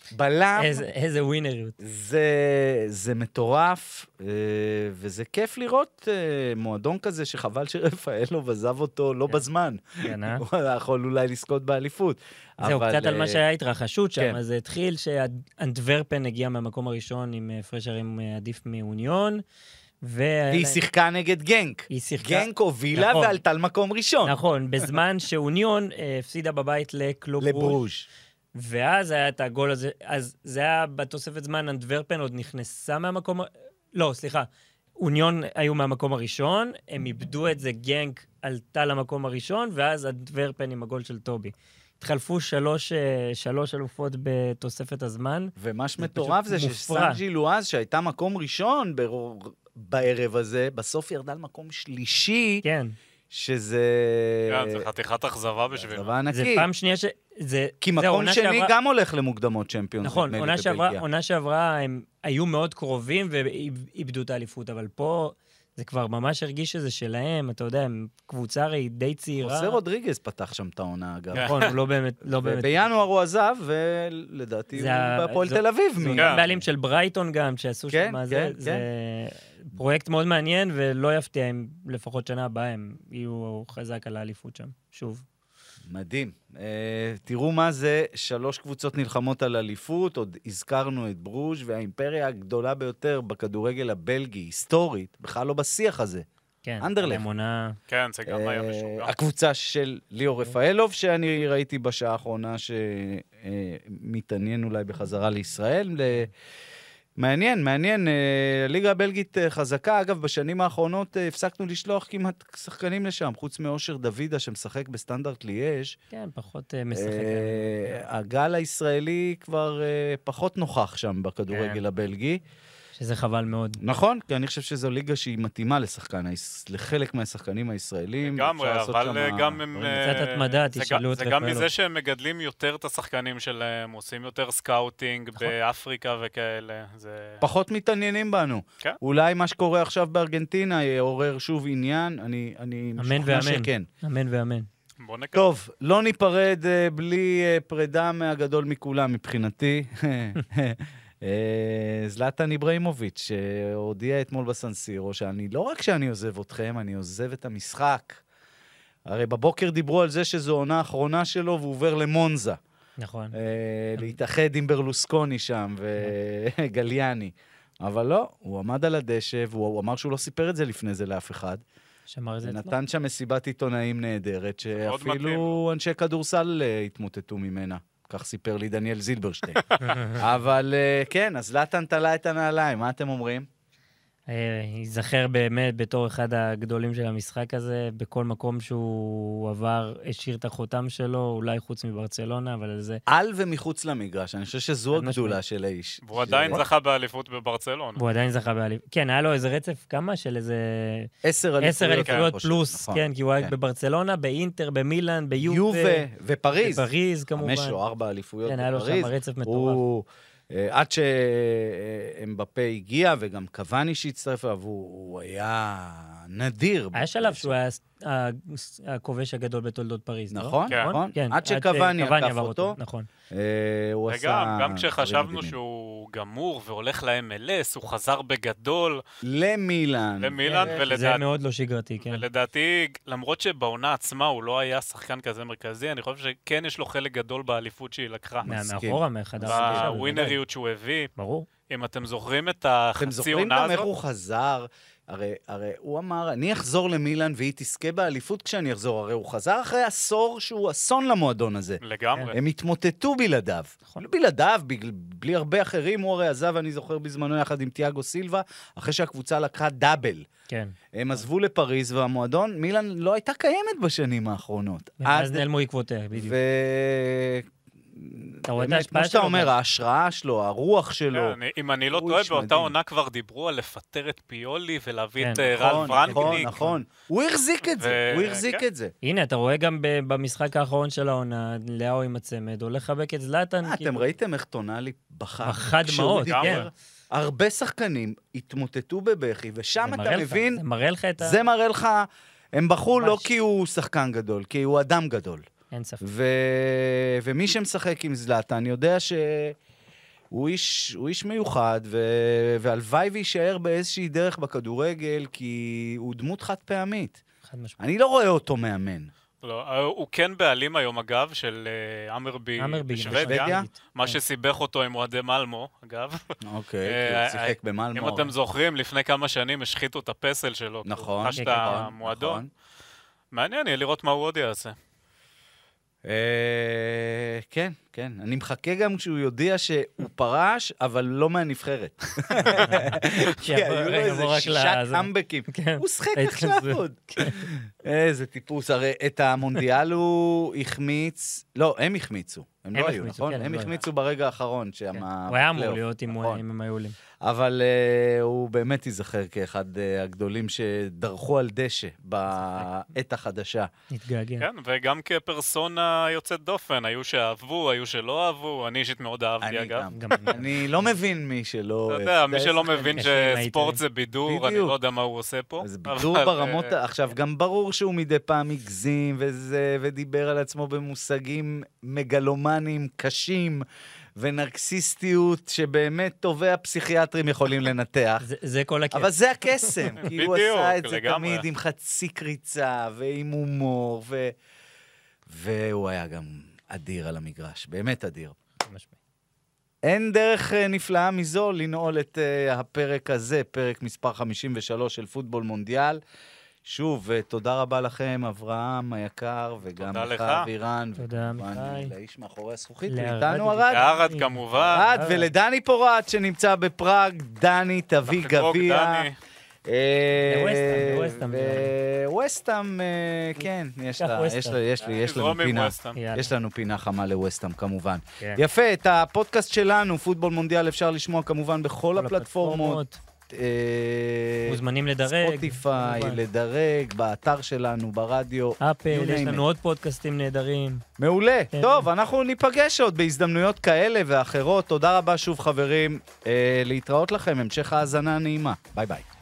B: בלם.
C: איזה, איזה ווינריות.
B: זה, זה מטורף, וזה כיף לראות מועדון כזה שחבל שרפאלוב עזב אותו לא בזמן.
C: כן, אה?
B: הוא יכול אולי לזכות באליפות.
C: זהו,
B: אבל,
C: קצת על מה שהיה התרחשות שם,
B: כן.
C: אז זה התחיל שאנטוורפן הגיע מהמקום הראשון עם הפרשרים עדיף מאוניון,
B: והיא שיחקה נגד גנק.
C: היא שיחקה...
B: גנק הובילה
C: נכון.
B: ועלתה למקום ראשון.
C: נכון, בזמן שאוניון הפסידה בבית לקלוב ברוז'.
B: לברוז'.
C: ואז היה את הגול הזה, אז זה היה בתוספת זמן, אנטוורפן עוד נכנסה מהמקום, לא, סליחה, אוניון היו מהמקום הראשון, הם איבדו את זה, גנק עלתה למקום הראשון, ואז אנטוורפן עם הגול של טובי. התחלפו שלוש, שלוש אלופות בתוספת הזמן.
B: ומה שמטורף זה שסנג'י לואז, שהייתה מקום ראשון בערב הזה, בסוף ירדה למקום שלישי,
C: כן.
B: שזה...
D: כן, זה חתיכת אכזבה בשביל.
B: אכזבה ענקית.
C: זה פעם שנייה ש... זה...
B: כי מקום שני גם הולך למוקדמות צ'מפיונס.
C: נכון, עונה שעברה, עונה שעברה הם היו מאוד קרובים ואיבדו את האליפות, אבל פה זה כבר ממש הרגיש שזה שלהם, אתה יודע, הם קבוצה הרי די צעירה.
B: חוסה רודריגז פתח שם את העונה, אגב.
C: נכון, הוא לא באמת... לא באמת.
B: בינואר הוא עזב, ולדעתי הוא בהפועל תל אביב.
C: זה גם בעלים של ברייטון גם, שעשו שם מה זה. זה פרויקט מאוד מעניין, ולא יפתיע אם לפחות שנה הבאה הם יהיו חזק על האליפות שם, שוב.
B: מדהים. Uh, תראו מה זה, שלוש קבוצות נלחמות על אליפות, עוד הזכרנו את ברוז' והאימפריה הגדולה ביותר בכדורגל הבלגי, היסטורית, בכלל לא בשיח הזה.
C: כן,
B: אנדרלכט.
C: אמונה...
D: כן, זה גם היה משוגע.
B: Uh, הקבוצה של ליאור רפאלוב, שאני ראיתי בשעה האחרונה שמתעניין אולי בחזרה לישראל, ל... מעניין, מעניין. הליגה הבלגית חזקה. אגב, בשנים האחרונות הפסקנו לשלוח כמעט שחקנים לשם, חוץ מאושר דוידה שמשחק בסטנדרט ליאז'.
C: כן, פחות משחק.
B: הגל הישראלי כבר פחות נוכח שם בכדורגל הבלגי.
C: שזה חבל מאוד.
B: נכון, כי אני חושב שזו ליגה שהיא מתאימה לשחקן, לחלק מהשחקנים הישראלים.
D: לגמרי, אבל גם הם...
C: קצת התמדה, תשאלו את
D: זה גם מזה שהם מגדלים יותר את השחקנים שלהם, עושים יותר סקאוטינג באפריקה וכאלה.
B: פחות מתעניינים בנו. אולי מה שקורה עכשיו בארגנטינה יעורר שוב עניין, אני משוכנע שכן.
C: אמן ואמן.
B: טוב, לא ניפרד בלי פרידה מהגדול מכולם מבחינתי. זלאטן איברהימוביץ' שהודיע אתמול בסנסירו שאני לא רק שאני עוזב אתכם, אני עוזב את המשחק. הרי בבוקר דיברו על זה שזו עונה האחרונה שלו והוא עובר למונזה.
C: נכון.
B: להתאחד עם ברלוסקוני שם וגליאני. אבל לא, הוא עמד על הדשא והוא אמר שהוא לא סיפר את זה לפני זה לאף אחד.
C: שמר את זה.
B: נתן שם מסיבת עיתונאים נהדרת שאפילו אנשי כדורסל התמוטטו ממנה. כך סיפר לי דניאל זילברשטיין. אבל כן, אז זלאטן תלה את הנעליים, מה אתם אומרים?
C: ייזכר באמת בתור אחד הגדולים של המשחק הזה, בכל מקום שהוא עבר, השאיר את החותם שלו, אולי חוץ מברצלונה, אבל זה...
B: על ומחוץ למגרש, אני חושב שזו הגדולה של האיש.
D: והוא עדיין זכה באליפות בברצלונה.
C: והוא עדיין זכה באליפות. כן, היה לו איזה רצף, כמה של איזה...
B: עשר
C: אליפויות פלוס, כן, כי הוא היה בברצלונה, באינטר, במילאן, ביובה.
B: ופריז.
C: בפריז, כמובן.
B: חמש או ארבע אליפויות בפריז.
C: כן, היה לו שם רצף מטורף.
B: עד שאמבפה הגיע, וגם קוואני שהצטרף אליו, הוא היה נדיר.
C: היה שלב שהוא היה הכובש הגדול בתולדות פריז, לא?
B: נכון, נכון. עד שקוואני עקף אותו.
C: נכון.
D: וגם, גם כשחשבנו שהוא גמור והולך ל-אם אל אס, הוא חזר בגדול.
B: למילאן.
D: למילאן, ולדעתי...
C: זה מאוד לא שגרתי, כן.
D: ולדעתי, למרות שבעונה עצמה הוא לא היה שחקן כזה מרכזי, אני חושב שכן יש לו חלק גדול באליפות שהיא לקחה.
C: מאחורה, מהחדר.
D: בווינריות שהוא הביא.
C: ברור.
D: אם אתם זוכרים את החצי עונה הזאת...
B: אתם זוכרים גם איך הוא חזר... הרי, הרי הוא אמר, אני אחזור למילאן והיא תזכה באליפות כשאני אחזור. הרי הוא חזר אחרי עשור שהוא אסון למועדון הזה.
D: לגמרי.
B: הם התמוטטו בלעדיו.
C: נכון.
B: בלעדיו, בלי הרבה אחרים, הוא הרי עזב, אני זוכר בזמנו יחד עם תיאגו סילבה, אחרי שהקבוצה לקחה דאבל.
C: כן.
B: הם עזבו לפריז, והמועדון, מילאן לא הייתה קיימת בשנים האחרונות.
C: אז נעלמו עקבותיה, בדיוק.
B: ו... כמו שאתה אומר, ההשראה שלו, הרוח שלו.
D: אם אני לא טועה, באותה עונה כבר דיברו על לפטר את פיולי ולהביא את רלף רנגניק.
B: נכון, נכון. הוא החזיק את זה, הוא החזיק את זה.
C: הנה, אתה רואה גם במשחק האחרון של העונה, לאו עם הצמד, הולך לחבק את זלאטן.
B: אתם ראיתם איך טונאלי בחר?
C: בחד מאוד, כן.
B: הרבה שחקנים התמוטטו בבכי, ושם אתה מבין...
C: זה מראה לך את ה...
B: זה מראה לך... הם בחרו לא כי הוא שחקן גדול, כי הוא אדם גדול.
C: אין ספק.
B: ו... ומי שמשחק עם זלאטן יודע ש... הוא איש, הוא איש מיוחד, ו... והלוואי ויישאר באיזושהי דרך בכדורגל, כי הוא דמות חד פעמית.
C: חד משמעית.
B: אני לא רואה אותו מאמן.
D: לא, הוא כן בעלים היום, אגב, של אמרבי בשוודיה, מה שסיבך אותו עם אוהדי מלמו, אגב.
B: אוקיי, כי הוא שיחק במלמו.
D: אם אתם זוכרים, לפני כמה שנים השחיתו את הפסל שלו.
B: נכון.
D: חש את המועדון. מעניין, יהיה לראות מה הוא עוד יעשה.
B: כן, כן. אני מחכה גם כשהוא יודיע שהוא פרש, אבל לא מהנבחרת. כי היו לו איזה שישה קאמבקים. הוא שחק עכשיו עוד. איזה טיפוס. הרי את המונדיאל הוא החמיץ, לא, הם החמיצו. הם לא היו, נכון? הם החמיצו ברגע האחרון.
C: הוא היה אמור להיות אם הם היו עולים.
B: אבל הוא באמת ייזכר כאחד הגדולים שדרכו על דשא בעת החדשה.
C: התגעגע.
D: כן, וגם כפרסונה יוצאת דופן. היו שאהבו, היו שלא אהבו. אני אישית מאוד אהבתי, אגב.
B: אני לא מבין מי שלא...
D: אתה יודע, מי שלא מבין שספורט זה בידור, אני לא יודע מה הוא עושה פה.
B: זה בידור ברמות... עכשיו, גם ברור שהוא מדי פעם הגזים וזה, ודיבר על עצמו במושגים מגלומנים קשים, ונרקסיסטיות שבאמת טובי הפסיכיאטרים יכולים לנתח.
C: זה, זה כל הכיף.
B: אבל זה הקסם, כי הוא עשה את זה
D: לגמרי.
B: תמיד עם חצי קריצה, ועם הומור, ו... והוא היה גם אדיר על המגרש, באמת אדיר.
C: משמעית.
B: אין דרך נפלאה מזו לנעול את uh, הפרק הזה, פרק מספר חמישים ושלוש של פוטבול מונדיאל. שוב, תודה רבה לכם, אברהם היקר, וגם לך, אבירן.
C: תודה, מיכאי.
B: לאיש מאחורי הזכוכית, ואיתנו ארד.
D: ארד, כמובן.
B: ארד, ולדני פורט, שנמצא בפראג. דני, תביא גביע.
C: לווסטהאם.
B: ווסטהאם, כן, יש לנו פינה חמה לווסטהאם, כמובן. יפה, את הפודקאסט שלנו, פוטבול מונדיאל, אפשר לשמוע כמובן בכל הפלטפורמות.
C: מוזמנים לדרג.
B: ספוטיפיי, לדרג, באתר שלנו, ברדיו.
C: אפל, יש לנו עוד פודקאסטים נהדרים.
B: מעולה. טוב, אנחנו ניפגש עוד בהזדמנויות כאלה ואחרות. תודה רבה שוב, חברים. להתראות לכם, המשך האזנה נעימה. ביי ביי.